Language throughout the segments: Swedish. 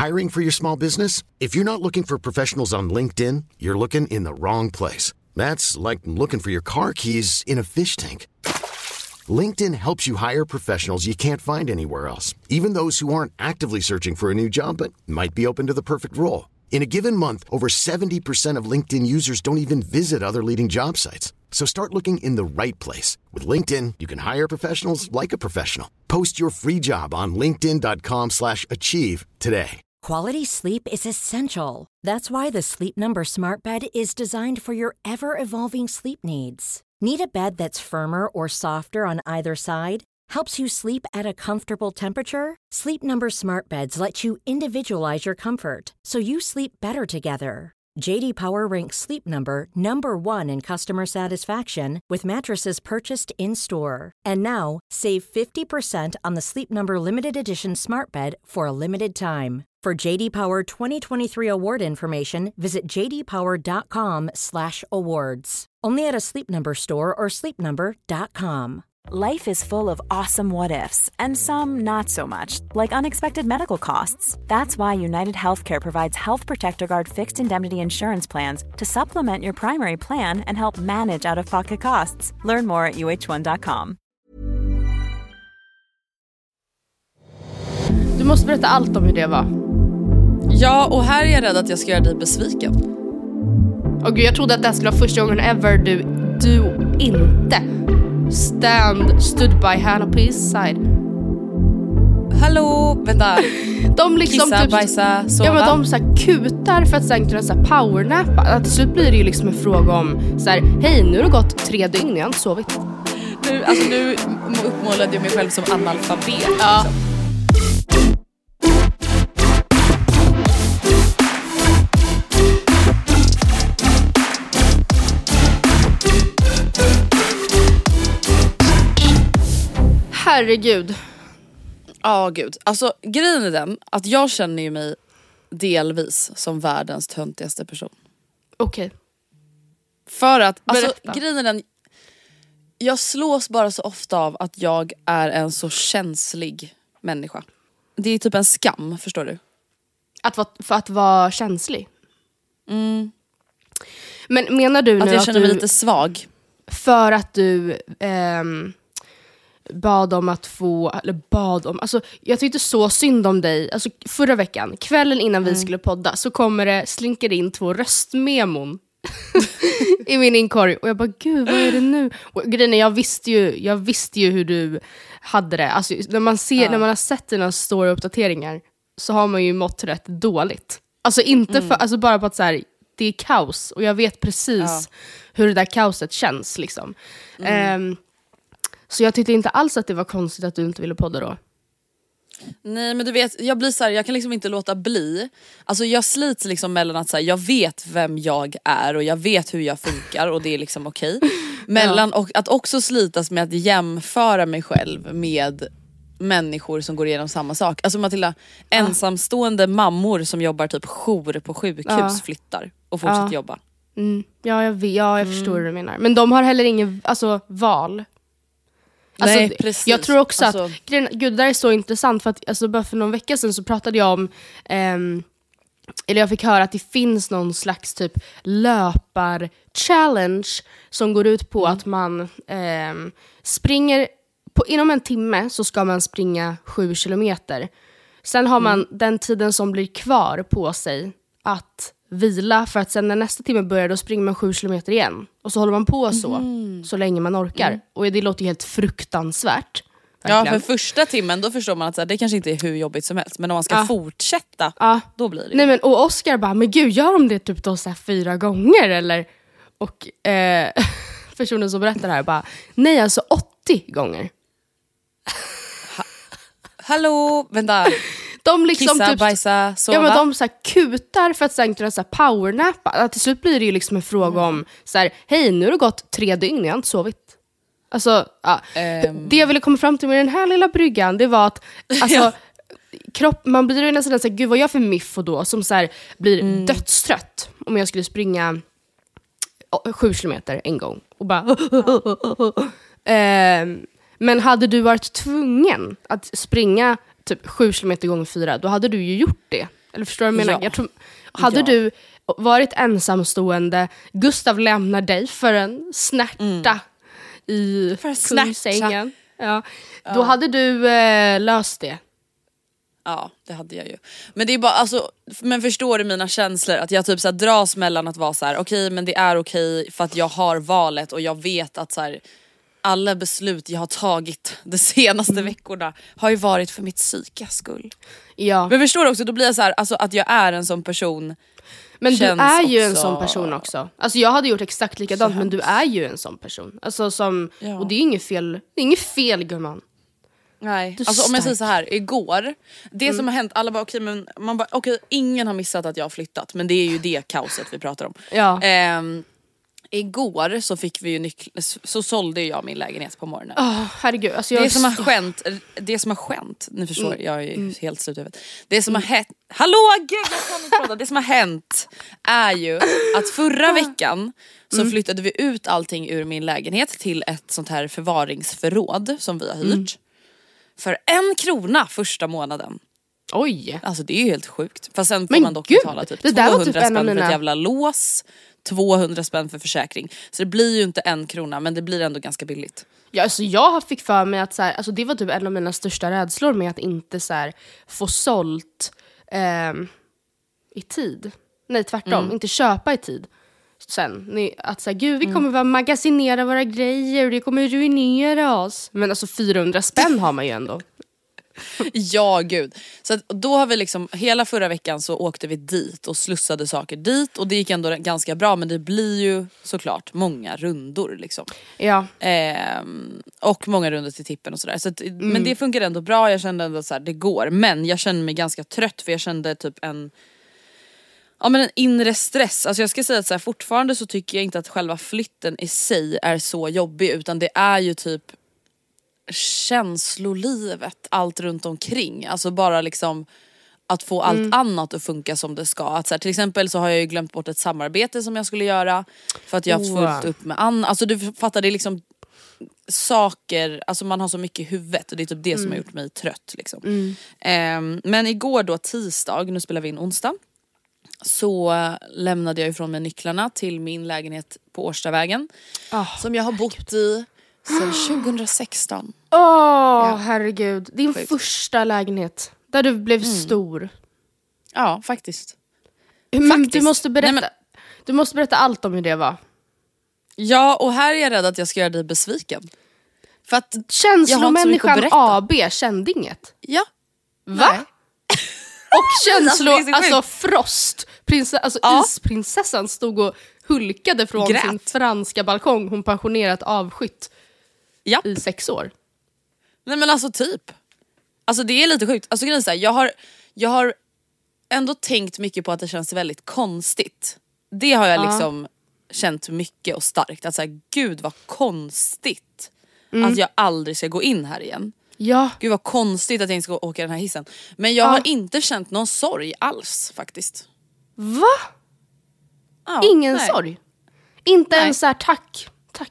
Hiring for your small business? If you're not looking for professionals on LinkedIn, you're looking in the wrong place. That's like looking for your car keys in a fish tank. LinkedIn helps you hire professionals you can't find anywhere else, even those who aren't actively searching for a new job but might be open to the perfect role. In a given month, over 70% of LinkedIn users don't even visit other leading job sites. So start looking in the right place. With LinkedIn, you can hire professionals like a professional. Post your free job on linkedin.com/achieve today. Quality sleep is essential. That's why the Sleep Number Smart Bed is designed for your ever-evolving sleep needs. Need a bed that's firmer or softer on either side? Helps you sleep at a comfortable temperature? Sleep Number Smart Beds let you individualize your comfort, so you sleep better together. JD Power ranks Sleep Number #1 in customer satisfaction with mattresses purchased in-store. And now, save 50% on the Sleep Number Limited Edition Smart Bed for a limited time. For JD Power 2023 award information, visit jdpower.com/awards. Only at a Sleep Number store or sleepnumber.com. Life is full of awesome what-ifs, and some not so much, like unexpected medical costs. That's why United Healthcare provides Health Protector Guard fixed indemnity insurance plans to supplement your primary plan and help manage out-of-pocket costs. Learn more at uh1.com. Du måste berätta allt om hur det var. Ja, och här är jag rädd att jag ska göra dig besviken. Åh gud, jag trodde att det här skulle vara första gången ever du inte stood by Hannah på East Side. Hallå, vänta. De liksom kissa, typ, bajsa, sova. ja, men de så här kutar för att sen kunna så här powernappa. Att till slut blir det ju liksom en fråga om så här, hej, nu har det gått 3 dygn, jag har inte sovit. Nu uppmålade jag mig själv som analfabet. Ja. Liksom. Herregud. Ja, gud. Alltså, grejen är den att jag känner ju mig delvis som världens töntigaste person. Okej. För att, alltså, Berätta. grejen är den, jag slås bara så ofta av att jag är en så känslig människa. Det är typ en skam, förstår du? För att vara känslig. Mm. Men menar du nu att jag känner mig du, lite svag? för att du bad om att få, eller alltså jag tyckte så synd om dig. Alltså förra veckan, kvällen innan vi skulle podda, så slinker det in 2 röstmemon i min inkorg. Och jag bara, gud, vad är det nu? Och grejen är, jag visste ju hur du hade det. Alltså när man har sett dina stora uppdateringar så har man ju mått rätt dåligt. Alltså inte för, alltså bara på att så här, det är kaos. Och jag vet precis hur det där kaoset känns liksom. Så jag tyckte inte alls att det var konstigt att du inte ville podda då. Nej, men du vet, jag blir så här, jag kan liksom inte låta bli. Alltså jag slits liksom mellan att så här, jag vet vem jag är och jag vet hur jag funkar och det är liksom okej. Mellan och att också slitas med att jämföra mig själv med människor som går igenom samma sak. Alltså Matilda, ensamstående mammor som jobbar typ jour på sjukhus flyttar och fortsätter jobba. Ja, jag förstår hur du menar. Men de har heller ingen val. Alltså, nej, precis. Jag tror också att gud, det där är så intressant för att alltså, bara för någon vecka sedan så pratade jag om eller jag fick höra att det finns någon slags typ löpar-challenge som går ut på att man springer inom en timme så ska man springa 7 kilometer. Sen har man den tiden som blir kvar på sig att vila, för att sen när nästa timme börjar då springer man 7 kilometer igen. Och så håller man på så länge man orkar. Och det låter ju helt fruktansvärt. Verkligen. Ja, för första timmen då förstår man att så här, det kanske inte är hur jobbigt som helst. Men om man ska fortsätta, då blir det. Nej, men, och Oscar bara, men gud, gör de det typ då så här 4 gånger eller? Och personen som berättar det här bara, nej, alltså 80 gånger. Hallå, vänta. De liksom kissa, typ, bajsa, sova. ja, men de så här kutar för att sen kunna så här powernappa. Att till slut blir det ju liksom en fråga om så här, hej, nu har det gått 3 dygn, jag har inte sovit. Alltså, det jag ville komma fram till med den här lilla bryggan, det var att alltså, man blir ju nästan så här, gud, vad jag för miffo då som så här blir dödstrött om jag skulle springa 7 kilometer en gång och bara men hade du varit tvungen att springa typ 7 kilometer gånger 4, då hade du ju gjort det. Eller förstår du vad jag menar? Ja. Jag tror, hade du varit ensamstående, Gustav lämnar dig för en snärta i kungsängen. Ja. Då hade du löst det. Ja, det hade jag ju. Men det är bara, alltså, men förstår du mina känslor? Att jag typ så här dras mellan att vara så här: okej, men det är okej för att jag har valet och jag vet att så här, alla beslut jag har tagit de senaste veckorna har ju varit för mitt psykas skull. Ja. Men förstår du också, då blir jag så här, alltså att jag är en sån person. Men du är ju en också sån person också. Alltså jag hade gjort exakt likadant, men du är ju en sån person. Alltså som, och det är inget fel, det är inget fel, gumman. Nej, Du är alltså om jag säger stark. så här, igår, det som har hänt, alla bara okej, men man bara okej, ingen har missat att jag har flyttat, men det är ju det kaoset vi pratar om. Ja. Igår så fick vi ju så sålde jag min lägenhet på morgonen. Herregud, alltså Det som har skett, ni förstår, jag är ju helt slut i huvudet. Det som har hänt, hallå gud, jag kan inte prata. Det som har hänt är ju att förra veckan så flyttade vi ut allting ur min lägenhet till ett sånt här förvaringsförråd som vi har hyrt. För 1 krona första månaden. Oj. Alltså det är ju helt sjukt. Fast sen får Men man dock gud, betala typ det där var 200 typ en spänn av för mina- ett jävla lås, 200 spänn för försäkring. Så det blir ju inte 1 krona, men det blir ändå ganska billigt. Ja, alltså jag fick för mig att så här, alltså det var typ en av mina största rädslor med att inte så här, få sålt i tid. Nej, tvärtom. Inte köpa i tid. Sen, att säga, gud vi kommer bara magasinera våra grejer och det kommer ruinera oss. Men alltså 400 spänn har man ju ändå. Ja gud. Så att då har vi liksom, hela förra veckan så åkte vi dit och slussade saker dit. Och det gick ändå ganska bra, men det blir ju såklart många rundor liksom. Ja. Och många rundor till tippen och sådär. Så att, men det funkar ändå bra, jag kände ändå så här, det går. Men jag kände mig ganska trött, för jag kände typ en inre stress. Alltså jag ska säga att så här, fortfarande så tycker jag inte att själva flytten i sig är så jobbig, utan det är ju typ känslolivet, allt runt omkring. Alltså bara liksom att få allt annat att funka som det ska. Att så här, till exempel så har jag ju glömt bort ett samarbete som jag skulle göra för att jag har haft fullt upp med alltså du fattar, det är liksom saker, alltså man har så mycket i huvudet och det är typ det som har gjort mig trött liksom. Men igår då, tisdag, nu spelar vi in onsdag, så lämnade jag ifrån mig nycklarna till min lägenhet på Årstavägen som jag har bott i sedan 2016. Herregud. Din första lägenhet där du blev stor. Ja, faktiskt. Men du måste berätta. Du måste berätta allt om hur det var. Ja, och här är jag rädd att jag ska göra dig besviken. För att Känslomänniskan AB kände inget. Ja. Va? Nej. Och alltså Frost, isprinsessan stod och hulkade från sin franska balkong. Hon pensionerat avskytt i 6 år. Nej men alltså typ. Alltså det är lite sjukt. Alltså grejen är så här, jag har ändå tänkt mycket på att det känns väldigt konstigt. Det har jag liksom känt mycket och starkt. Att säga, gud vad konstigt att jag aldrig ska gå in här igen. Ja. Gud vad konstigt att jag inte ska åka den här hissen. Men jag har inte känt någon sorg alls faktiskt. Va? Ja, ingen sorg? Inte ens så här, tack.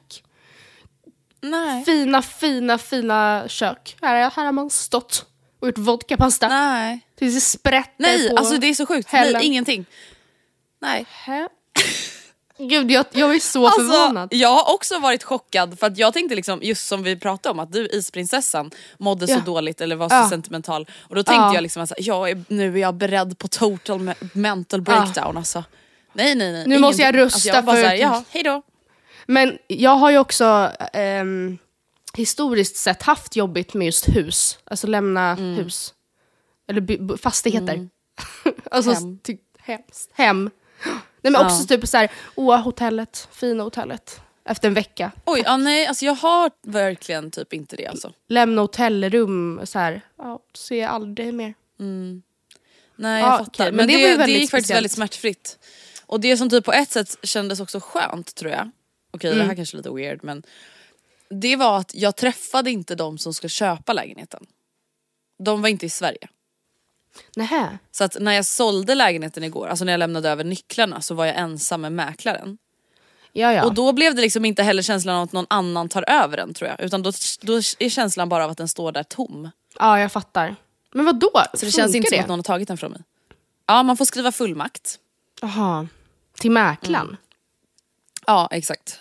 Nej. Fina kök. Här har man stått och gjort vodkapasta. Nej. Det sprätter Nej, på alltså det är så sjukt. hällen. Nej, ingenting. Nej. Gud, jag är så förvånad. Jag har också varit chockad, för att jag tänkte liksom, just som vi pratade om, att du, isprinsessan, mådde så dåligt eller var så sentimental. Och då tänkte jag liksom att nu är jag beredd på total mental breakdown. Alltså. Nej. Nu ingenting. måste jag rusta jag bara för... såhär, hej då. Men jag har ju också historiskt sett haft jobbigt med just hus. Alltså lämna hus. Eller fastigheter. Alltså hem. Nej, men också typ så här, hotellet, fina hotellet. Efter en vecka. Oj, nej, alltså jag har verkligen typ inte det alltså. Lämna hotellrum så här, ser jag aldrig mer. Nej, jag fattar. Okay. Men det gick faktiskt speciellt. väldigt smärtfritt. Och det som typ på ett sätt kändes också skönt, tror jag. Okej, det här kanske är lite weird, men det var att jag träffade inte de som ska köpa lägenheten. De var inte i Sverige. Nähä. Så att när jag sålde lägenheten igår, alltså när jag lämnade över nycklarna, så var jag ensam med mäklaren. Ja. Och då blev det liksom inte heller känslan av att någon annan tar över den, tror jag. Utan då är känslan bara av att den står där tom. Ja, jag fattar. Men vad då? Så det känns inte som att någon har tagit den från mig. Ja, man får skriva fullmakt. Jaha. Till mäklaren? Ja, exakt.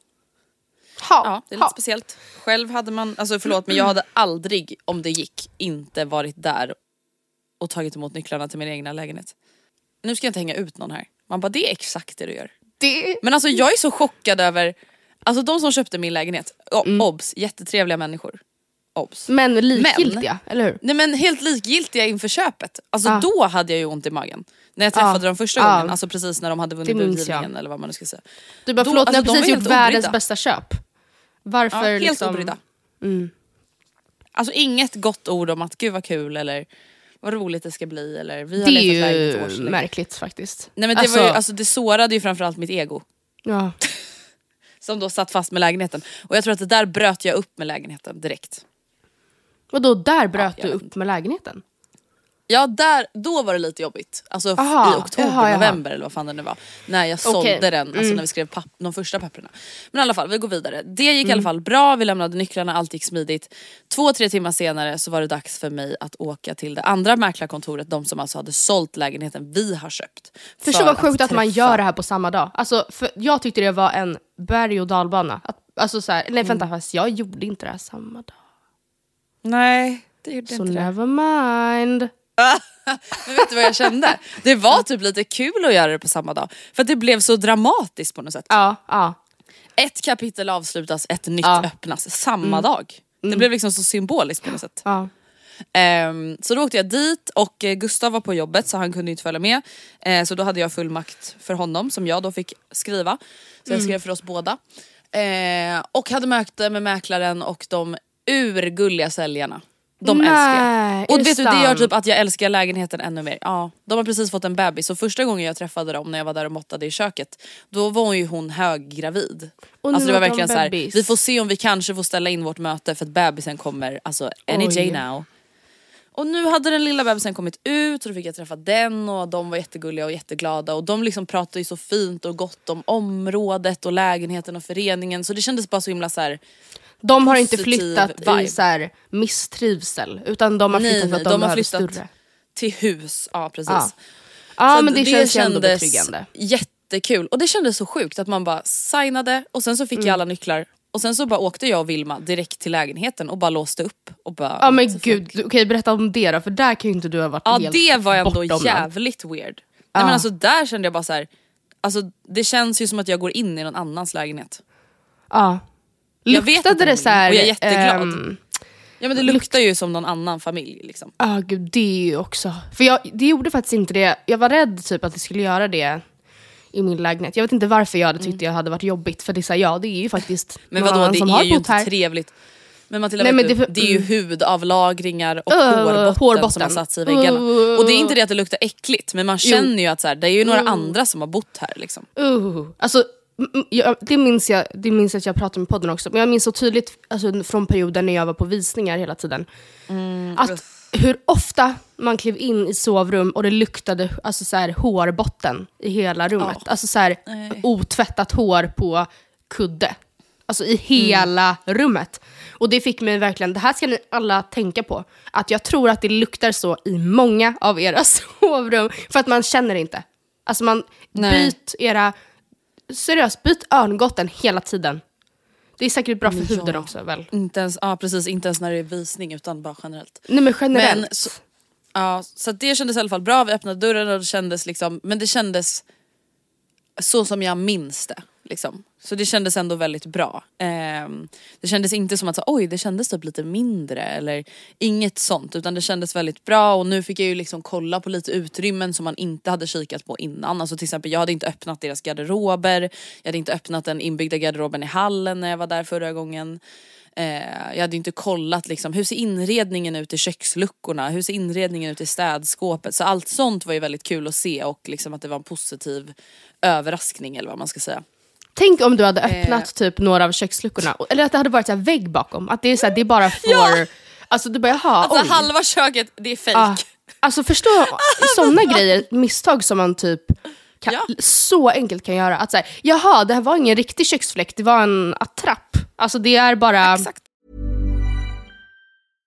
Ja, det är lite speciellt. Själv hade man, alltså förlåt, men jag hade aldrig, om det gick, inte varit där och tagit emot nycklarna till min egna lägenhet. Nu ska jag inte hänga ut någon här. Man bara, det är exakt det du gör. Men alltså jag är så chockad över, alltså de som köpte min lägenhet, obs, jättetrevliga människor. Obs. Men likgiltiga, eller hur? Nej, men helt likgiltiga inför köpet. Alltså då hade jag ju ont i magen. När jag träffade dem första gången, alltså precis när de hade vunnit budgivningen eller vad man nu ska säga. Du bara, förlåt, alltså, ni har precis gjort världens bästa köp. Varför helt liksom... obrydda. Alltså inget gott ord om att gud vad kul eller vad roligt det ska bli eller vi har letat lägenhet ett år sedan. Märkligt faktiskt. Nej, men det var ju, alltså det sårade ju framförallt mitt ego. Ja. Som då satt fast med lägenheten. Och jag tror att det där bröt jag upp med lägenheten direkt. Vadå, där bröt du upp med lägenheten? Ja, då var det lite jobbigt. Alltså i oktober, november eller vad fan det nu var. När jag sålde den, alltså när vi skrev de första papperna. Men i alla fall, vi går vidare. Det gick i alla fall bra, vi lämnade nycklarna, allt gick smidigt. 2-3 timmar senare så var det dags för mig att åka till det andra mäklarkontoret. De som alltså hade sålt lägenheten vi har köpt. Förstå vad sjukt att man gör det här på samma dag. Alltså, för jag tyckte det var en berg- och dalbana. Alltså så här, nej vänta, fast jag gjorde inte det här samma dag. Nej, det gjorde så inte det. Never mind. Men vet du vad jag kände? Det var typ lite kul att göra det på samma dag. För att det blev så dramatiskt på något sätt. Ja. Ett kapitel avslutas, ett nytt öppnas samma dag. Det blev liksom så symboliskt på något sätt. Ja. Så då åkte jag dit och Gustav var på jobbet så han kunde inte följa med. Så då hade jag fullmakt för honom som jag då fick skriva. Så jag skrev för oss båda. Och hade möte med mäklaren och de urgulliga säljarna. De älskar jag. Och vet du, det gör typ att jag älskar lägenheten ännu mer. Ja, de har precis fått en bebis. Så första gången jag träffade dem när jag var där och måttade i köket, då var ju hon höggravid. Alltså det var verkligen så här, vi får se om vi kanske får ställa in vårt möte för att bebisen kommer, alltså any day now. Och nu hade den lilla bebisen kommit ut och då fick jag träffa den och de var jättegulliga och jätteglada. Och de liksom pratade ju så fint och gott om området och lägenheten och föreningen. Så det kändes bara så himla så här. De har inte flyttat vibe. I så här misstrivsel, utan de har flyttat för att de har flyttat större. Till hus, ja precis. Ja men det känns ändå betryggande. Jättekul, och det kändes så sjukt att man bara signade och sen så fick jag alla nycklar. Och sen så bara åkte jag och Vilma direkt till lägenheten och bara låste upp och bara, ja men gud, okej, berätta om det då, för där kan ju inte du ha varit helt. Ja, det var ändå jävligt weird. Nej men alltså där kände jag bara så här, alltså det känns ju som att jag går in i någon annans lägenhet. Ja. Luktade det så här, och jag är jätteglad. Ja men det luktar ju som någon annan familj liksom. Ja gud, det är ju också. För det gjorde faktiskt inte det. Jag var rädd typ att det skulle göra det i min lägenhet. Jag vet inte varför jag hade tyckt det hade varit jobbigt. För det är det är ju faktiskt men vadå, det är ju inte trevligt. Men Matilda, nej, men det är ju hudavlagringar och hårbotten som har satt sig i väggarna. Och det är inte det att det luktar äckligt, men man känner ju att så här, det är ju några andra som har bott här liksom. Alltså det minns jag att jag pratade med podden också. Men jag minns så tydligt alltså, från perioden när jag var på visningar hela tiden. Att hur ofta man klev in i sovrum och det luktade alltså, så här, hårbotten i hela rummet. Alltså så här, otvättat hår på kudde. Alltså i hela rummet. Och det fick mig verkligen, det här ska ni alla tänka på. Att jag tror att det luktar så i många av era sovrum. För att man känner inte. Alltså man byt örngotten hela tiden. Det är säkert bra för huden också väl. Inte ens, precis, inte ens när det är visning utan bara generellt. Nej men generellt. Men, så det kändes i alla fall bra. Vi öppnade dörren och det kändes liksom, men det kändes så som jag minns det liksom. Så det kändes ändå väldigt bra. Det kändes inte som att det kändes typ lite mindre eller inget sånt, utan det kändes väldigt bra. Och nu fick jag ju liksom kolla på lite utrymmen som man inte hade kikat på innan. Alltså till exempel, jag hade inte öppnat deras garderober. Jag hade inte öppnat den inbyggda garderoben i hallen när jag var där förra gången. Jag hade inte kollat liksom, hur ser inredningen ut i köksluckorna, hur ser inredningen ut i städskåpet. Så allt sånt var ju väldigt kul att se, och liksom att det var en positiv överraskning eller vad man ska säga. Tänk om du hade öppnat typ några av köksluckorna, eller att det hade varit en vägg bakom. Att det är så här, det är bara för alltså du bara alltså halva köket, det är fake. Alltså förstå sådana grejer, misstag som man typ så enkelt kan göra. Att säga, det här var ingen riktig köksfläkt, det var en attrapp. Alltså det är bara... Exakt.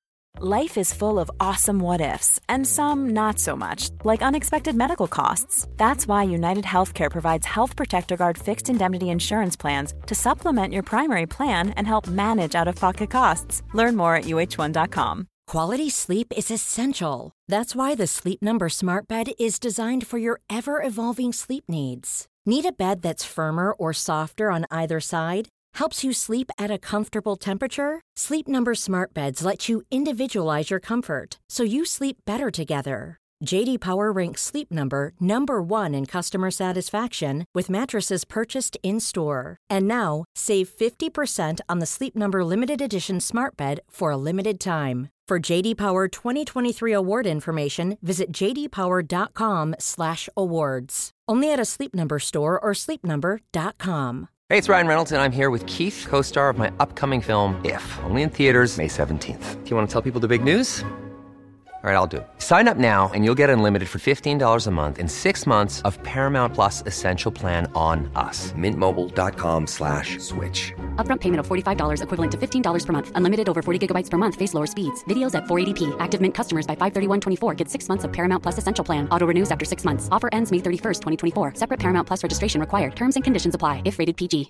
life is full of awesome what-ifs, and some not so much, like unexpected medical costs. That's why United Healthcare provides Health Protector Guard fixed indemnity insurance plans to supplement your primary plan and help manage out-of-pocket costs. Learn more at uh1.com. Quality sleep is essential. That's why the Sleep Number Smart Bed is designed for your ever-evolving sleep needs. Need a bed that's firmer or softer on either side? Helps you sleep at a comfortable temperature? Sleep Number Smart Beds let you individualize your comfort so you sleep better together. JD Power ranks Sleep Number #1 in customer satisfaction with mattresses purchased in-store. And now, save 50% on the Sleep Number Limited Edition Smart Bed for a limited time. For JD Power 2023 award information, visit jdpower.com/awards. Only at a Sleep Number store or sleepnumber.com. Hey, it's Ryan Reynolds, and I'm here with Keith, co-star of my upcoming film, If, only in theaters May 17th. Do you want to tell people the big news? All right, I'll do it. Sign up now and you'll get unlimited for $15 a month and 6 months of Paramount Plus Essential Plan on us. MintMobile.com/switch. Upfront payment of $45 equivalent to $15 per month. Unlimited over 40 gigabytes per month. Face lower speeds. Videos at 480p. Active Mint customers by 531.24 get 6 months of Paramount Plus Essential Plan. Auto renews after 6 months. Offer ends May 31st, 2024. Separate Paramount Plus registration required. Terms and conditions apply if rated PG.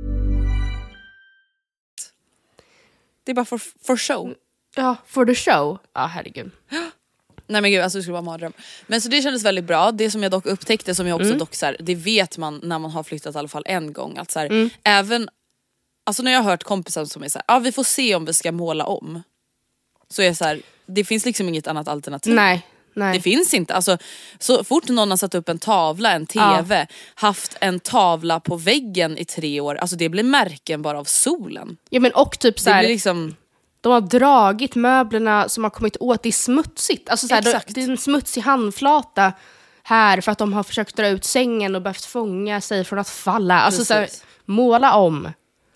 Det är bara for show. Ja, for the show. Ja, herregud. Nej men gud, alltså det skulle vara mardröm. Men så det kändes väldigt bra. Det som jag dock upptäckte, som jag också dock så här, det vet man när man har flyttat i alla fall en gång, att så här, även alltså när jag har hört kompisar som är så här, vi får se om vi ska måla om. Så är så här, det finns liksom inget annat alternativ. Nej. Det finns inte. Alltså, så fort någon har satt upp en tavla, en tv, haft en tavla på väggen i 3 år, alltså det blir märken bara av solen. Ja, men och typ så här, det blir liksom... De har dragit möblerna som har kommit åt, det är smutsigt. Alltså så här, det är en smutsig handflata här för att de har försökt dra ut sängen och behövt fånga sig från att falla. Alltså så här, måla om.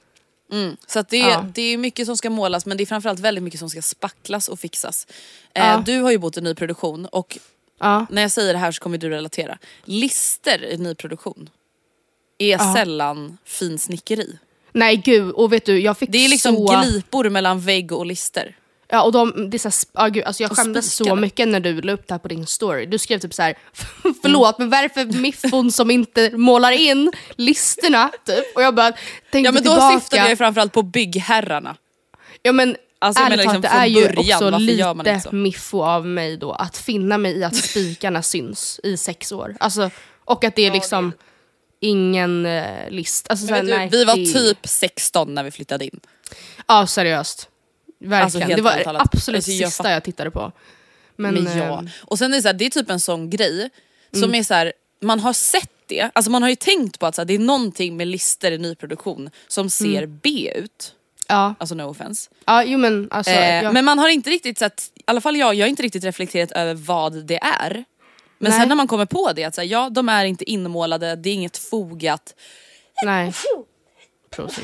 Så att det är mycket som ska målas, men det är framförallt väldigt mycket som ska spacklas och fixas. Du har ju bott i nyproduktion och när jag säger det här så kommer du relatera. Lister i nyproduktion är sällan fin snickeri. Nej gud, och vet du, jag fick det är liksom glipor mellan vägg och lister. Ja, och det är så här, gud, alltså jag skämdes så mycket när du la upp det här på din story. Du skrev typ så här: förlåt, men vad är det för miffon som inte målar in listerna typ? Och jag bara tänkte men då tillbaka. syftade jag framförallt på byggherrarna. Ja men alltså, ärligt talat, liksom, det är ju också lite så? miffo av mig då att finna mig i att spikarna syns i 6 år. Alltså, och att det är liksom ingen list. Alltså, så här, nej, vi var typ 16 när vi flyttade in. Ja, seriöst. Verkligen. Alltså, det var absolut alltså, sista jag tittade på. Men ja. Och sen är det så här, det är typ en sån grej som är så här, man har sett det. Alltså man har ju tänkt på att så här, det är någonting med lister i nyproduktion som ser B ut. Ja. Alltså no offense. Ja, jo men alltså, men man har inte riktigt så att, i alla fall jag har inte riktigt reflekterat över vad det är. Men sen när man kommer på det att så här, de är inte inmålade, det är inget fogat. Nej. Prosit.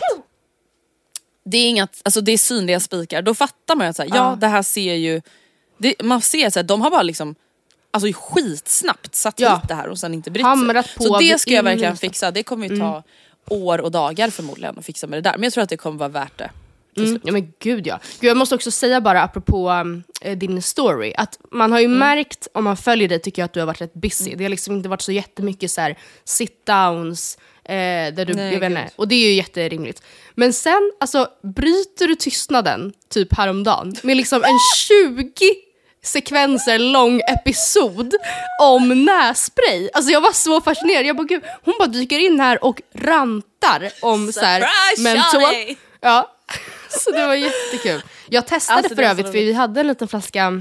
Det är inget, alltså det är synliga spikar. Då fattar man ju att så här, det här ser ju man ser så här, de har bara liksom alltså skitsnabbt satt hit det här och sen inte brytt sig. Så det ska jag verkligen fixa. Det kommer ju ta år och dagar förmodligen att fixa med det där. Men jag tror att det kommer vara värt det. Ja men gud ja. Gud, jag måste också säga bara apropå din story att man har ju märkt, om man följer dig tycker jag att du har varit rätt busy. Det har liksom inte varit så jättemycket så här sit-downs där du, jag vet inte, och det är ju jätterimligt. Men sen, alltså bryter du tystnaden typ häromdagen med liksom en 20 sekvenser lång episod om nässpray. Alltså jag var så fascinerad. Jag bara, gud, hon bara dyker in här och rantar om så här mentol. Ja. Så det var jättekul. Jag testade alltså, för övrigt, för vi hade en liten flaska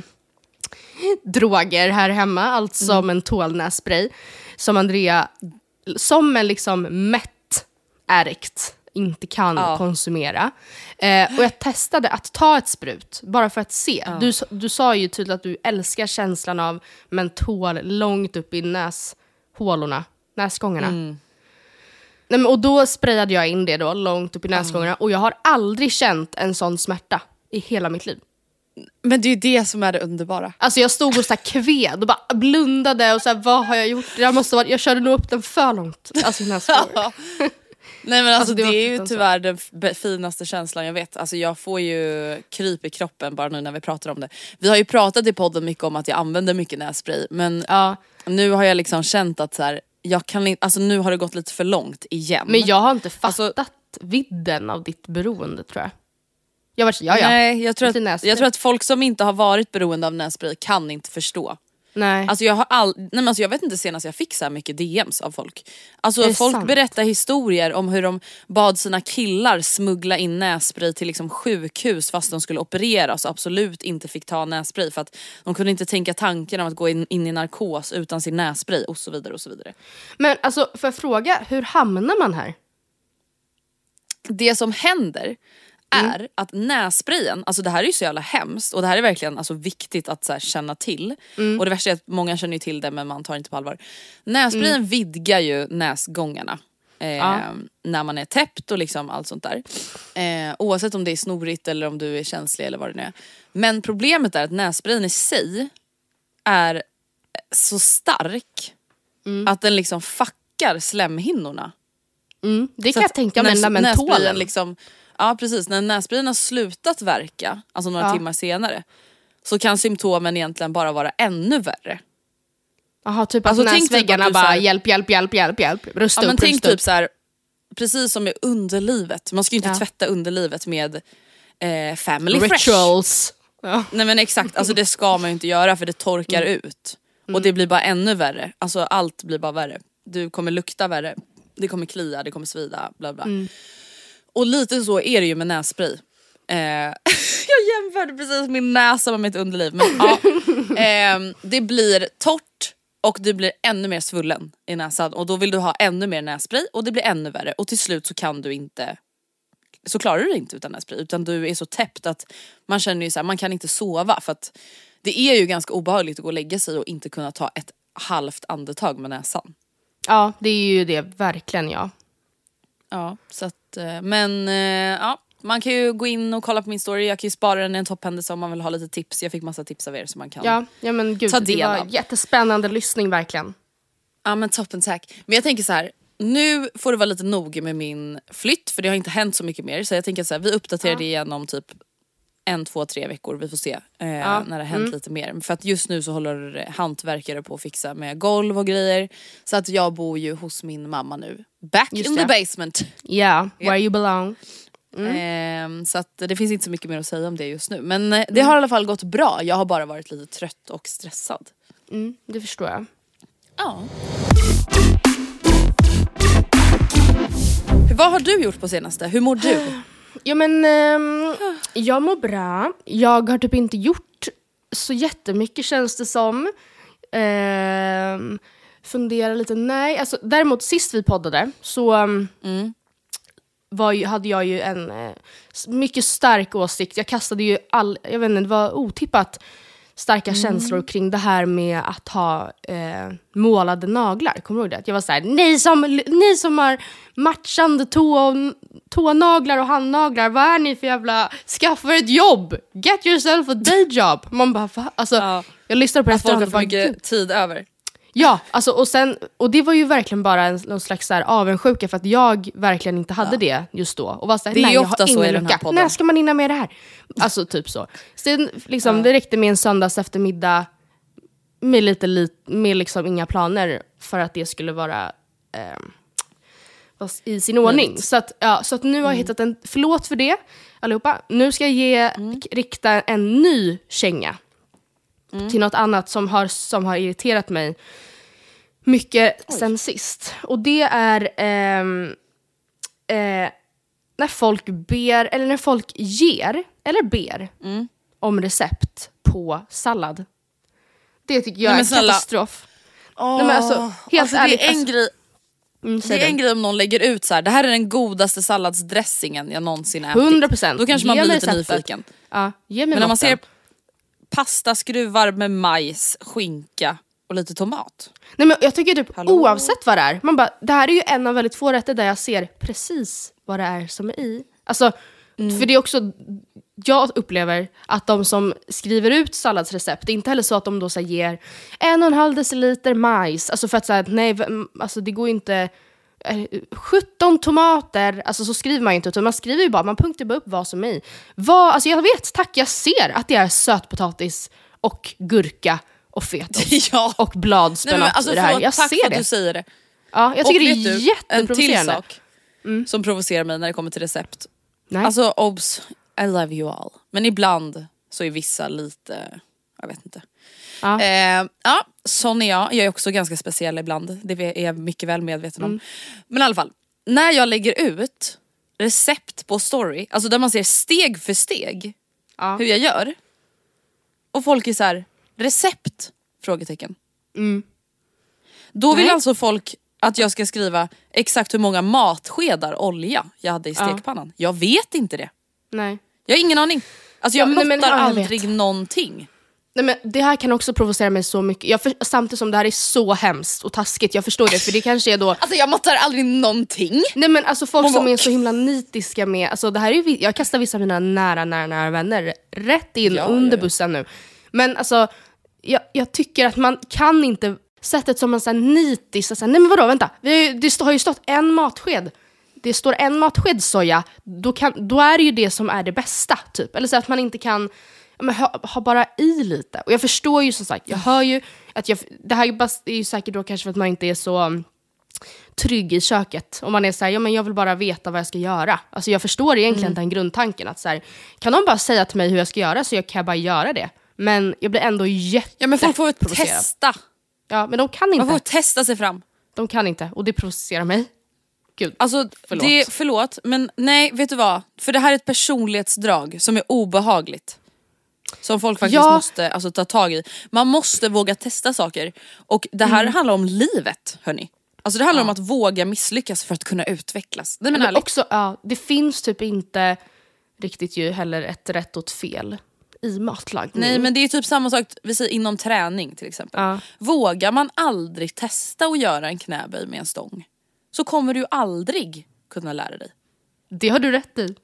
droger här hemma, alltså mentolnässpray som Andrea, som en liksom mätt addict inte kan konsumera. Och jag testade att ta ett sprut bara för att se. Du sa ju tydligt att du älskar känslan av mentol långt upp i näshålorna, näsgångarna. Nej, men, och då sprayade jag in det då långt upp i näsgångarna och jag har aldrig känt en sån smärta i hela mitt liv. Men det är ju det som är det underbara. Alltså jag stod och så här kved och bara blundade och så här, vad har jag gjort? Jag körde nog upp den för långt. Alltså i näsgångarna. Nej men alltså, det det var är ju fruktansvärt. tyvärr den finaste känslan jag vet. Alltså jag får ju kryp i kroppen bara nu när vi pratar om det. Vi har ju pratat i podden mycket om att jag använder mycket nässpray. Men nu har jag liksom känt att så här, jag kan inte, alltså nu har det gått lite för långt igen. Men jag har inte fattat vidden av ditt beroende tror jag. Jag var Nej, jag tror att folk som inte har varit beroende av nässpray kan inte förstå. Nej. Alltså jag vet inte senast jag fick så här mycket DMs av folk. Alltså folk sant? berättar historier om hur de bad sina killar smuggla in nässpray till liksom sjukhus fast de skulle opereras och absolut inte fick ta nässpray för att de kunde inte tänka tanken om att gå in i narkos utan sin nässpray och så vidare och så vidare. Men alltså för att fråga, hur hamnar man här? Det som händer är att nässprayen, alltså det här är ju så jävla hemskt och det här är verkligen alltså viktigt att så här, känna till. Och det värsta är att många känner ju till det men man tar inte på allvar. Nässprayen vidgar ju näsgångarna när man är täppt och liksom allt sånt där. Oavsett om det är snorigt eller om du är känslig eller vad det nu är. Men problemet är att nässprayen i sig är så stark att den liksom fuckar slemhinnorna. Det kan jag tänka mig, men nässprayen liksom, ja precis, när nässprayen har slutat verka, alltså några timmar senare, så kan symptomen egentligen bara vara ännu värre. Jaha, typ alltså, att näsväggarna typ bara här, hjälp. Rusta upp, men tänk rusta typ upp. så här, precis som med underlivet. Man ska ju inte tvätta underlivet med Family Rituals. Fresh. Nej men exakt, alltså det ska man ju inte göra för det torkar ut. Och det blir bara ännu värre. Alltså allt blir bara värre. Du kommer lukta värre. Det kommer klia, det kommer svida, bla bla. Och lite så är det ju med nässpray. Jag jämförde precis min näsa med mitt underliv. Men det blir torrt och det blir ännu mer svullen i näsan. Och då vill du ha ännu mer nässpray och det blir ännu värre. Och till slut så kan du inte, så klarar du det inte utan nässpray. Utan du är så täppt att man känner ju så här, man kan inte sova. För att det är ju ganska obehagligt att gå och lägga sig och inte kunna ta ett halvt andetag med näsan. Ja, det är ju det, verkligen Ja, så att, men ja, man kan ju gå in och kolla på min story. Jag kan ju spara den i en topphändelse om man vill ha lite tips. Jag fick massa tips av er som man kan Ja men gud, ta del det var av. jättespännande lyssning verkligen. Ja men toppen, tack. Men jag tänker så här, nu får du vara lite noga med min flytt för det har inte hänt så mycket mer. Så jag tänker så här, vi uppdaterar det igen om typ 1, 2, 3 veckor. Vi får se när det har hänt lite mer. För att just nu så håller hantverkare på att fixa med golv och grejer. Så att jag bor ju hos min mamma nu. Back Just in det. the basement. Yeah, where you belong. Så att det finns inte så mycket mer att säga om det just nu. Men det har i alla fall gått bra. Jag har bara varit lite trött och stressad. Det förstår jag. Ja. Vad har du gjort på senaste? Hur mår du? Ja men jag mår bra. Jag har typ inte gjort så jättemycket känns det som. Fundera lite, nej. Alltså, däremot sist vi poddade så hade jag ju en mycket stark åsikt. Jag kastade ju jag vet inte, det var otippat starka känslor kring det här med att ha målade naglar. Kommer du ihåg det? Jag var så här, ni som har matchande tånaglar och handnaglar, vad är ni för jävla, skaffa ett jobb, get yourself a day job. Man bara, va? Alltså, jag lyssnade på det Folk har efterhand för och bara, mycket tid över. ja, alltså, och det var ju verkligen bara någon slags så här avundsjuka för att jag verkligen inte hade det just då. Och var så här, Det är nej, ju jag ofta har så ingen i den här lucka. podden. När ska man hinna med det här? Alltså typ så. Sen, liksom, det räckte med en söndags eftermiddag med med liksom inga planer för att det skulle vara i sin ordning. Så att nu har jag hittat en, förlåt för det allihopa. Nu ska jag rikta en ny känga till något annat som har irriterat mig mycket sen sist. Och det är när folk ber, eller när folk ger eller ber om recept på sallad. Det tycker jag är en katastrof. Nej, men alltså, helt alltså, ärligt, det är en grej. Det är en grej om någon lägger ut så här: det här är den godaste salladsdressingen jag någonsin ätit. 100%. Då kanske man Ge blir mig lite receptet. nyfiken. Ja, ge mig Men när man botten. ser pastaskruvar med majs, skinka och lite tomat. Nej, men jag tycker typ Hallå? oavsett vad det är. Man bara, det här är ju en av väldigt få rätter där jag ser precis vad det är som är i. Alltså, för det är också, jag upplever att de som skriver ut salladsrecept, det är inte heller så att de då så här, ger 1,5 deciliter majs. Alltså för att säga, nej, alltså det går inte. 17 tomater, alltså så skriver man ju inte, utan man skriver ju bara, man punktar bara upp vad som är i. Alltså jag vet, tack, jag ser att det är sötpotatis och gurka och fetaost Ja. och bladspenat alltså, i det här. Jag tack ser för att det. du säger det. Ja, jag tycker Och det vet är du, jätteprovocerande. en till sak som provocerar mig när det kommer till recept. Nej. Alltså obs, I love you all. Men ibland så är vissa lite, jag vet inte. Ja. Ja, sån är jag. Jag är också ganska speciell ibland. Det är jag mycket väl medveten om. Men i alla fall, när jag lägger ut recept på story, alltså där man ser steg för steg hur jag gör. Och folk är så här, recept? Frågetecken. Då vill alltså folk att jag ska skriva exakt hur många matskedar olja jag hade i stekpannan. Jag vet inte det. Nej. Jag har ingen aning. Alltså jag notar jag aldrig vet. någonting. Nej, men det här kan också provocera mig så mycket. Samtidigt som det här är så hemskt och taskigt, jag förstår det, för det kanske är då... Alltså jag matar aldrig någonting. Nej men alltså folk som är så himla nitiska med, alltså det här är, jag kastar vissa av mina nära vänner rätt in under bussen nu. Men alltså jag tycker att man kan inte, sättet som man så här nitisk, så här, nej men vadå, vänta, det har ju stått en matsked. Det står en matsked soja, då är det ju det som är det bästa typ. Eller så att man inte kan ha bara i lite. Och jag förstår ju som sagt, jag hör ju att det här är ju säkert då kanske för att man inte är så trygg i köket. Och man är så här, ja men jag vill bara veta vad jag ska göra. Alltså jag förstår egentligen den grundtanken att så här, kan de bara säga till mig hur jag ska göra så kan jag bara göra det. Men jag blir ändå Ja men folk får ju provocerad. testa. Ja men de kan inte. Man får testa sig fram. De kan inte och det provocerar mig. Gud, alltså, förlåt. Men nej, vet du vad? För det här är ett personlighetsdrag som är obehagligt. Som folk faktiskt måste ta tag i. Man måste våga testa saker. Och det här handlar om livet, hörni. Alltså det handlar om att våga misslyckas för att kunna utvecklas. Det men också, det finns typ inte riktigt ju heller ett rätt och ett fel i matlagning. Nej men det är typ samma sak vi säger inom träning till exempel. Vågar man aldrig testa att göra en knäböj med en stång, så kommer du aldrig kunna lära dig. Det har du rätt i.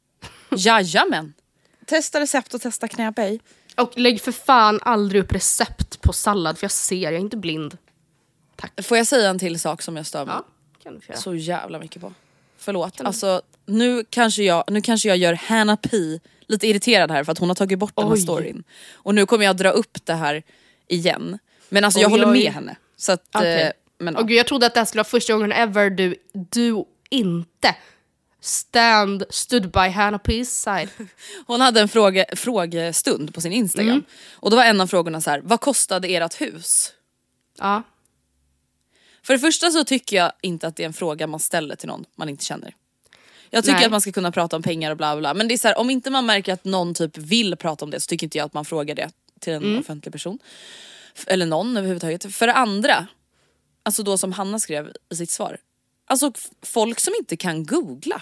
Jajamän. Testa recept och testa knäböj. Och lägg för fan aldrig upp recept på sallad, för jag är inte blind. Tack. Får jag säga en till sak som jag stör mig kan du få göra. så jävla mycket på? Förlåt. Alltså nu kanske jag gör Hannah P lite irriterad här för att hon har tagit bort den här storyn. Och nu kommer jag dra upp det här igen. Men alltså jag håller med henne. Så att, men, Gud, jag trodde att det här skulle vara första gången ever du inte stood by Hannah P's side. Hon hade en frågestund på sin Instagram. Och då var en av frågorna så här: vad kostade ert hus? Ja. För det första så tycker jag inte att det är en fråga man ställer till någon man inte känner. Jag tycker att man ska kunna prata om pengar och bla bla. Men det är så här, om inte man märker att någon typ vill prata om det, så tycker inte jag att man frågar det till en offentlig person. Eller någon överhuvudtaget. För det andra, alltså då som Hanna skrev i sitt svar, alltså folk som inte kan googla.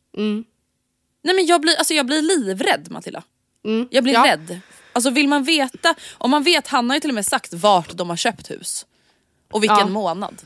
Nej men jag blir livrädd, Matilda. Jag blir rädd. Alltså vill man veta, om man vet, Hanna har ju till och med sagt vart de har köpt hus. Och vilken månad.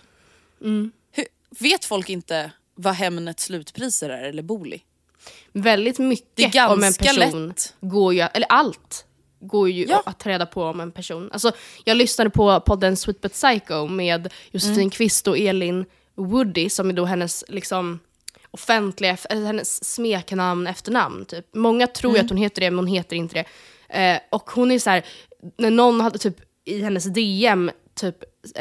Vet folk inte vad Hemnets slutpriser är eller Booli? Väldigt mycket det är ganska om en person lätt. Går ju, eller allt går ju att ta reda på om en person. Alltså, jag lyssnade på podden Sweet But Psycho med Josefin Kvist och Elin Woody, som är då hennes liksom offentliga, hennes smeknamn, efternamn typ. Många tror ju att hon heter det, men hon heter inte det. Och hon är så här, när någon hade typ i hennes DM typ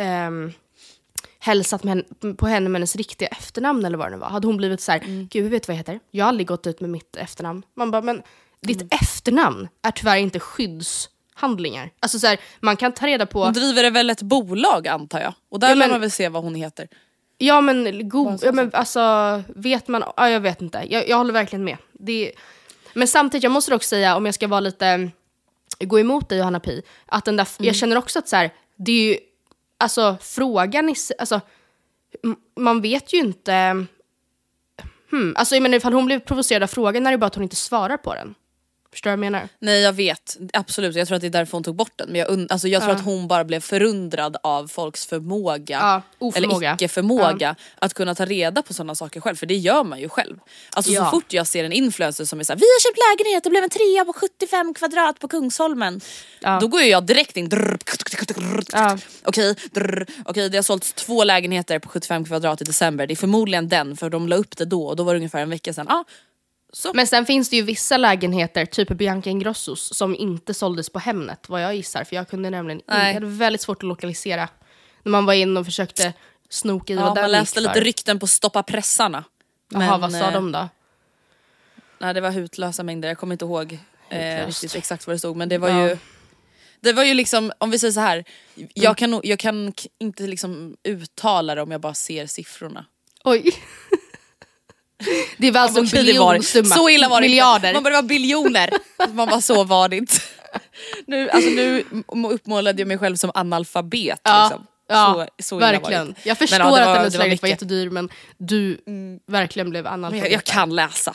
hälsat på henne med hennes riktiga efternamn eller vad det var, hade hon blivit så här: gud, hur vet du vad jag heter? Jag har aldrig gått ut med mitt efternamn. Man bara, men ditt efternamn är tyvärr inte skyddshandlingar. Alltså så här, man kan ta reda på... Hon driver det väl ett bolag, antar jag. Och där lär man väl se vad hon heter. Ja men, men alltså, vet man... Ja, jag vet inte. Jag håller verkligen med. Men samtidigt, jag måste också säga, om jag ska vara lite... gå emot dig, Johanna Pi, att den där... Jag känner också att så här, det är ju... Alltså, frågan är... Alltså, man vet ju inte... Alltså, jag menar, ifall hon blev provocerad av frågan, är det bara att hon inte svarar på den. Förstår du vad jag menar? Nej jag vet, absolut. Jag tror att det är därför hon tog bort den. Men jag tror att hon bara blev förundrad av folks förmåga, eller icke-förmåga att kunna ta reda på sådana saker själv. För det gör man ju själv. Alltså så fort jag ser en influencer som är såhär, vi har köpt lägenhet, det blev en 3 på 75 kvadrat på Kungsholmen. Då går jag direkt in. Okej, det har sålts 2 lägenheter på 75 kvadrat i december. Det är förmodligen den, för de la upp det då. Och då var det ungefär en vecka sedan. Så. Men sen finns det ju vissa lägenheter, typ Bianca Ingrossos, som inte såldes på Hemnet, vad jag gissar. För jag kunde nämligen jag hade väldigt svårt att lokalisera när man var in och försökte snoka i vad den man läste gick för. lite rykten på Stoppa pressarna. Jaha, vad sa de då? Nej, det var hutlösa mängder, jag kommer inte ihåg riktigt exakt vad det stod. Men det var ju liksom, om vi säger så här, jag kan inte liksom uttala det om jag bara ser siffrorna. Oj. Det var alltså en biljonsumma. Så illa var det miljarder. Man bara, det var biljoner. Man var så vanligt. Nu uppmålade jag mig själv som analfabet. Liksom. Så verkligen. Jag förstår att hennes lägenhet var jättedyr, men du verkligen blev analfabet. Jag kan läsa.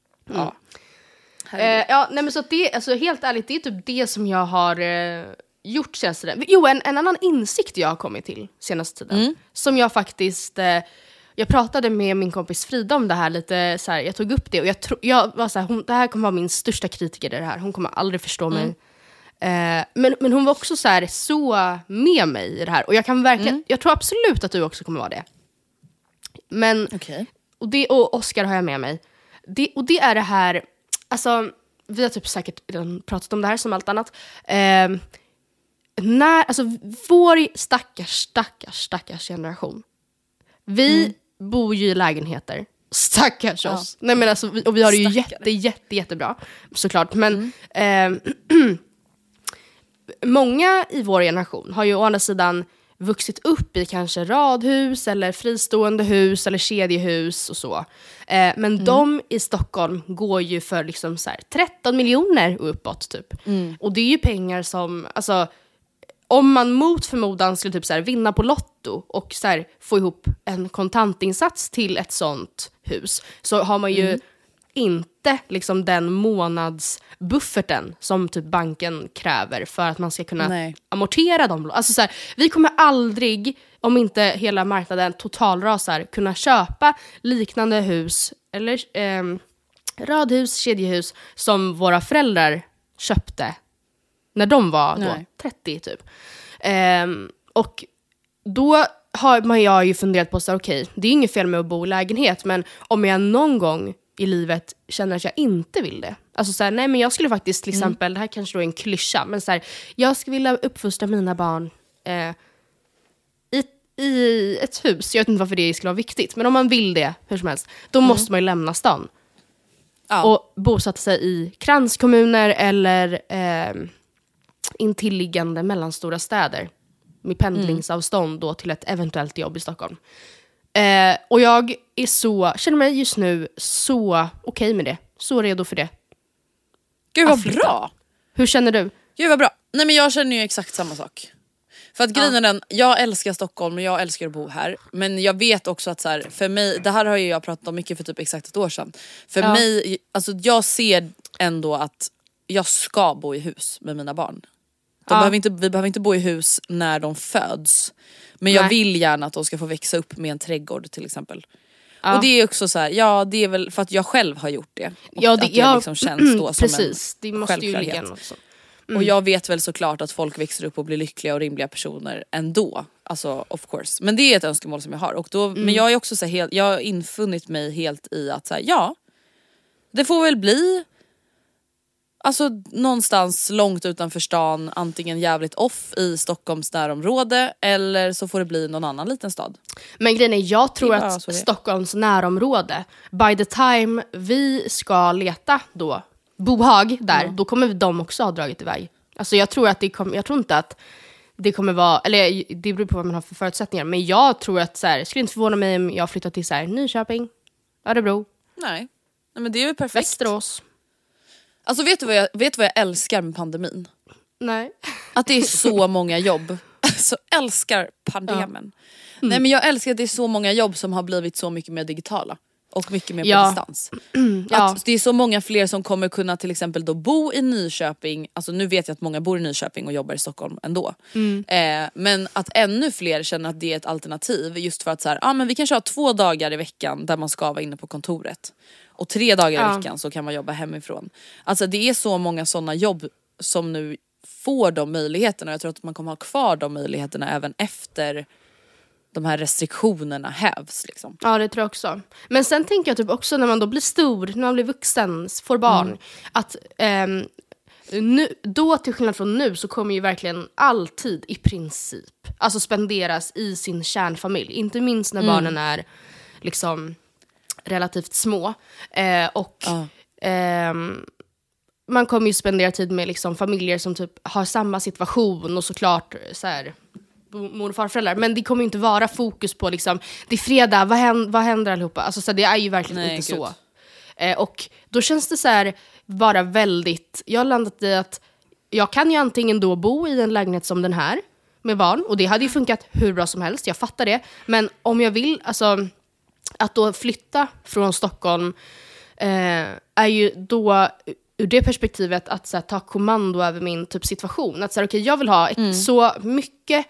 Nej, men så att det, alltså, helt ärligt, det är typ det som jag har gjort senaste tiden. Jo, en annan insikt jag har kommit till senaste tiden. Som jag faktiskt... jag pratade med min kompis Frida om det här lite så här, jag tog upp det och jag var så här, det här kommer vara min största kritiker i det här. Hon kommer aldrig förstå mig. Men hon var också så här, så med mig i det här och jag kan verkligen jag tror absolut att du också kommer vara det. Men och Oscar har jag med mig. Det är det här, alltså vi har typ säkert redan pratat om det här som allt annat. Alltså vår stackars generation. Vi bor ju i lägenheter. Stackars oss. Nej, men alltså, och vi har det ju jättebra. Såklart. Men många i vår generation har ju å andra sidan vuxit upp i kanske radhus eller fristående hus eller kedjehus och så. Men de i Stockholm går ju för liksom så här 13 miljoner och uppåt typ. Och det är ju pengar som, alltså om man mot förmodan skulle typ så här vinna på Lotto och så här få ihop en kontantinsats till ett sånt hus, så har man ju inte liksom den månadsbufferten som typ banken kräver för att man ska kunna amortera dem. Alltså så här, vi kommer aldrig, om inte hela marknaden totalrasar, kunna köpa liknande hus eller radhus, kedjehus som våra föräldrar köpte när de var då 30 typ. Och då har jag ju funderat på så okej, det är inget fel med att bo i lägenhet, men om jag någon gång i livet känner att jag inte vill det. Alltså så här, nej men jag skulle faktiskt till exempel, det här kanske då är en klyscha, men så här, jag skulle vilja uppfostra mina barn i ett hus. Jag vet inte varför det skulle vara viktigt, men om man vill det hur som helst, då måste man ju lämna stan. Och bosätta sig i kranskommuner eller intilliggande mellanstora städer med pendlingsavstånd då till ett eventuellt jobb i Stockholm. Och jag känner mig just nu så okej med det. Så redo för det. Gud vad bra. Hur känner du? Gud vad bra. Nej men jag känner ju exakt samma sak. För att grejen är den, jag älskar Stockholm och jag älskar att bo här. Men jag vet också att så här, för mig, det här har ju jag pratat om mycket för typ exakt ett år sedan. För mig, alltså jag ser ändå att jag ska bo i hus med mina barn. Vi behöver inte bo i hus när de föds. Men jag vill gärna att de ska få växa upp med en trädgård till exempel. Och det är också så här, det är väl för att jag själv har gjort det. Och att det liksom känns då som precis, det måste ju ligga något. Och jag vet väl såklart att folk växer upp och blir lyckliga och rimliga personer ändå. Alltså of course. Men det är ett önskemål som jag har. Och då, men jag är också så här, jag har infunnit mig helt i att så här, det får väl bli alltså någonstans långt utanför stan, antingen jävligt off i Stockholms närområde eller så får det bli någon annan liten stad. Men grejen är, jag tror att Stockholms närområde, by the time vi ska leta då bohag där, då kommer de också ha dragit iväg. Alltså jag tror inte att det kommer vara, eller det beror på vad man har för förutsättningar, men jag tror att så här, skulle inte förvåna mig om jag flyttar till så här, Nyköping, Örebro. Nej, men det är ju perfekt. Västerås. Alltså vet du vad jag älskar med pandemin? Nej. Att det är så många jobb. Så älskar pandemin. Nej men jag älskar att det är så många jobb som har blivit så mycket mer digitala. och mycket mer på distans. Att det är så många fler som kommer kunna till exempel då bo i Nyköping. Alltså nu vet jag att många bor i Nyköping och jobbar i Stockholm ändå. Men att ännu fler känner att det är ett alternativ. Just för att så här, men vi kanske har 2 dagar i veckan där man ska vara inne på kontoret. Och 3 dagar i veckan så kan man jobba hemifrån. Alltså det är så många sådana jobb som nu får de möjligheterna. Jag tror att man kommer ha kvar de möjligheterna även efter de här restriktionerna hävs liksom. Ja, det tror jag också. Men sen tänker jag typ också när man då blir stor, när man blir vuxen, får barn, att nu, då till skillnad från nu så kommer ju verkligen alltid i princip alltså spenderas i sin kärnfamilj. Inte minst när barnen är liksom relativt små. Man kommer ju spendera tid med liksom familjer som typ har samma situation och såklart så här, mor- och farföräldrar. Men det kommer ju inte vara fokus på liksom, det är fredag, vad händer allihopa? Alltså så det är ju verkligen inte så. Och då känns det så här bara väldigt, jag har landat i att jag kan ju antingen då bo i en lägenhet som den här med barn, och det hade ju funkat hur bra som helst, jag fattar det. Men om jag vill, alltså att då flytta från Stockholm är ju då ur det perspektivet att så här, ta kommando över min typ situation. Att så här, okay, jag vill ha ett så mycket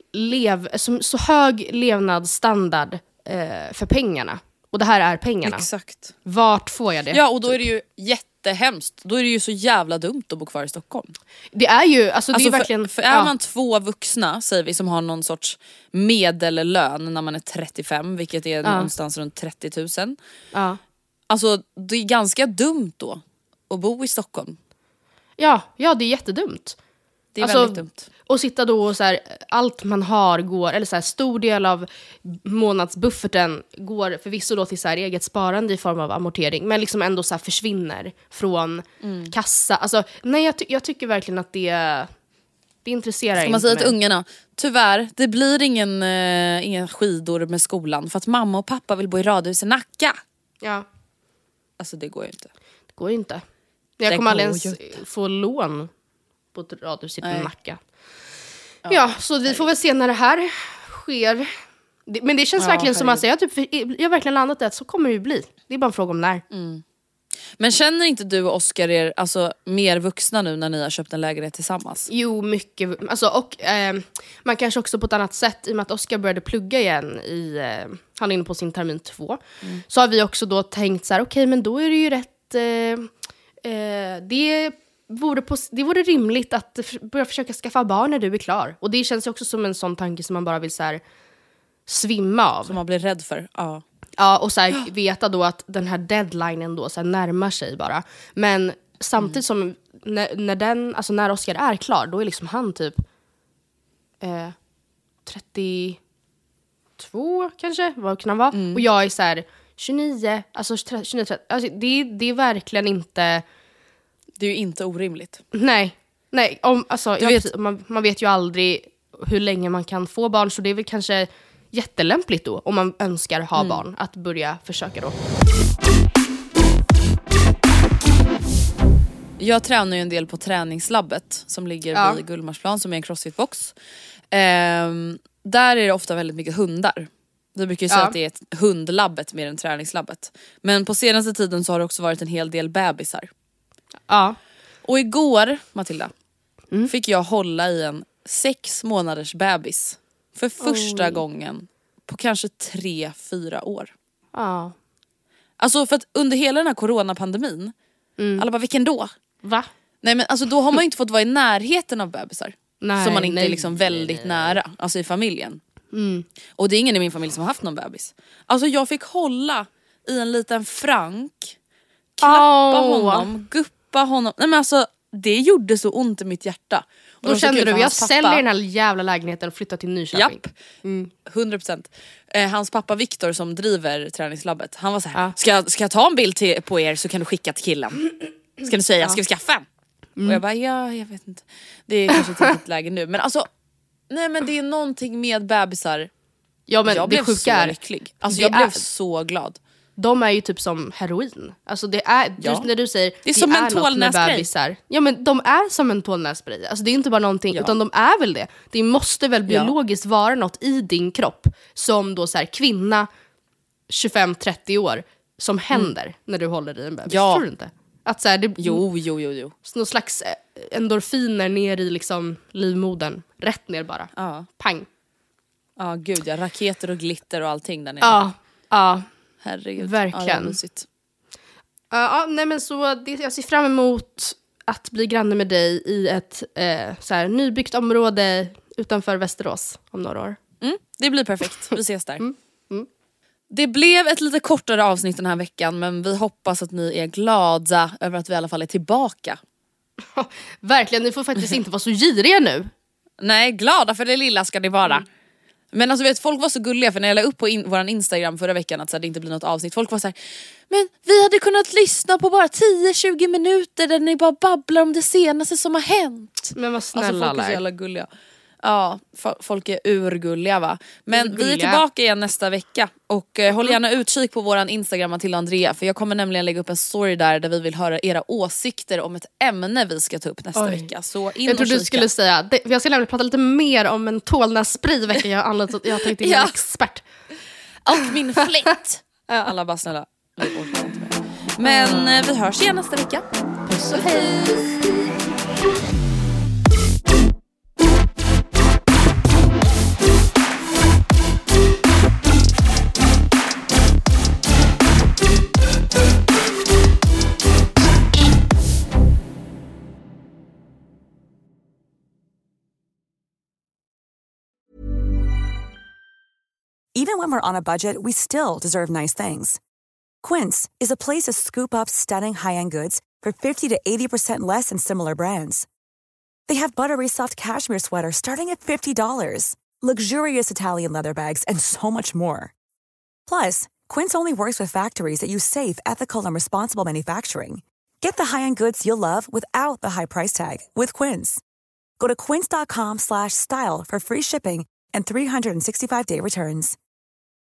så hög levnadsstandard för pengarna. Och det här är pengarna. Exakt. Vart får jag det? Ja, och då är det ju jättehemskt. Då är det ju så jävla dumt att bo kvar i Stockholm. Det är ju, alltså det är verkligen... För är man 2 vuxna, säger vi, som har någon sorts medellön när man är 35, vilket är någonstans runt 30 000. Ja. Alltså det är ganska dumt då att bo i Stockholm. Ja, det är jättedumt. Det är väldigt dumt. Och sitta då och så här, allt man har går, eller så här, stor del av månadsbufferten går förvisso då till så här, eget sparande i form av amortering, men liksom ändå så här, försvinner från kassa. Alltså, nej, jag tycker verkligen att det intresserar inte. Man säger till mig. ungarna, tyvärr, det blir inga skidor med skolan för att mamma och pappa vill bo i radhus i Nacka. Ja. Alltså det går ju inte. Det går ju inte. Jag kommer aldrig ens få lån på ett radhus i Nacka. Ja, så vi får väl se när det här sker. Men det känns verkligen som att jag har verkligen landat i att så kommer det bli. Det är bara en fråga om när. Men känner inte du och Oskar er alltså mer vuxna nu när ni har köpt en lägenhet tillsammans? Jo, mycket. Alltså, och man kanske också på ett annat sätt, i och med att Oskar började plugga igen han är inne på sin termin 2. Så har vi också då tänkt så här, okej, men då är det ju rätt det vore rimligt att börja försöka skaffa barn när du är klar. Och det känns ju också som en sån tanke som man bara vill så här svimma av. Som man blir rädd för. Ja, och så här, veta då att den här deadlinen då så här närmar sig bara. Men samtidigt som när Oskar är klar, då är liksom han typ 32 kanske, vad kan han vara? Och jag är så här 29, alltså 29, 30. Alltså, det är verkligen inte... Det är ju inte orimligt. Nej. Man vet ju aldrig hur länge man kan få barn, så det är väl kanske jättelämpligt då, om man önskar ha barn, att börja försöka då. Jag tränar ju en del på träningslabbet som ligger vid Gullmarsplan, som är en crossfitbox. Där är det ofta väldigt mycket hundar. Vi brukar ju säga att det är ett hundlabbet mer än träningslabbet. Men på senaste tiden så har det också varit en hel del bebisar. Ja. Och igår, Matilda, fick jag hålla i en 6 månaders bebis. För första gången på kanske 3-4 år. Ja. Alltså för att under hela den här coronapandemin, alla bara, vilken då? Va? Nej, men alltså då har man ju inte fått vara i närheten av bebisar. Nej, som man inte är liksom väldigt nära, alltså i familjen. Och det är ingen i min familj som har haft någon bebis. Alltså jag fick hålla i en liten Frank, klappa honom, guppa honom. Nej men alltså det gjorde så ont i mitt hjärta. Och då kände du, jag säljer den här jävla lägenheten och flyttar till Nyköping. Japp, 100%. Hans pappa Viktor som driver träningslabbet, han var så här: ska jag ta en bild på er så kan du skicka till killen. Ska du säga, ska vi skaffa en? Och jag bara, jag vet inte. Det är kanske inte ett läge nu. Men alltså, nej men det är någonting med bebisar. Ja, men jag det blev sjuka så är, lycklig. Alltså jag blev så glad. De är ju typ som heroin. Alltså det är, när du säger det är som mentolnässpray. Ja, men de är som mentolnässpray. Alltså det är inte bara någonting, utan de är väl det. Det måste väl biologiskt vara något i din kropp som då så här, kvinna 25-30 år som händer när du håller i en bebis. Ja. Tror du inte? Att så här, det Jo. någon slags endorfiner ner i liksom livmodern. Rätt ner bara. Ja. Pang. Ja gud ja, raketer och glitter och allting där nere. Ja. Herregud. Verkligen. Ja, det är mysigt. Nej men så jag ser fram emot att bli granne med dig i ett så här, nybyggt område utanför Västerås om några år. Det blir perfekt, vi ses där. Det blev ett lite kortare avsnitt den här veckan, men vi hoppas att ni är glada över att vi i alla fall är tillbaka. Verkligen, ni får faktiskt inte vara så giriga nu. Nej, glada för det lilla ska det vara. Men alltså vet, folk var så gulliga, för när jag la upp på våran Instagram förra veckan att så här, det inte blir något avsnitt, folk var så här: men vi hade kunnat lyssna på bara 10-20 minuter där ni bara babblar om det senaste som har hänt. Men vad snälla, alltså, folk är så jävla gulliga. Ja, folk är urgulliga va. Men vi är tillbaka igen nästa vecka. Och håll gärna utkik på våran Instagram, Matilda och Andrea. För jag kommer nämligen lägga upp en story där vi vill höra era åsikter om ett ämne vi ska ta upp nästa vecka. Så in jag trodde och du skulle säga jag ska nämligen prata lite mer om en tålnadsspray i veckan. Jag har tagit in en expert. Och min fläkt. Alla bara snälla, vi orkar inte mer. Men vi hörs igen nästa vecka. Puss och hej. Even when we're on a budget, we still deserve nice things. Quince is a place to scoop up stunning high-end goods for 50 to 80% less than similar brands. They have buttery soft cashmere sweaters starting at $50, luxurious Italian leather bags, and so much more. Plus, Quince only works with factories that use safe, ethical, and responsible manufacturing. Get the high-end goods you'll love without the high price tag with Quince. Go to quince.com/style for free shipping and 365-day returns.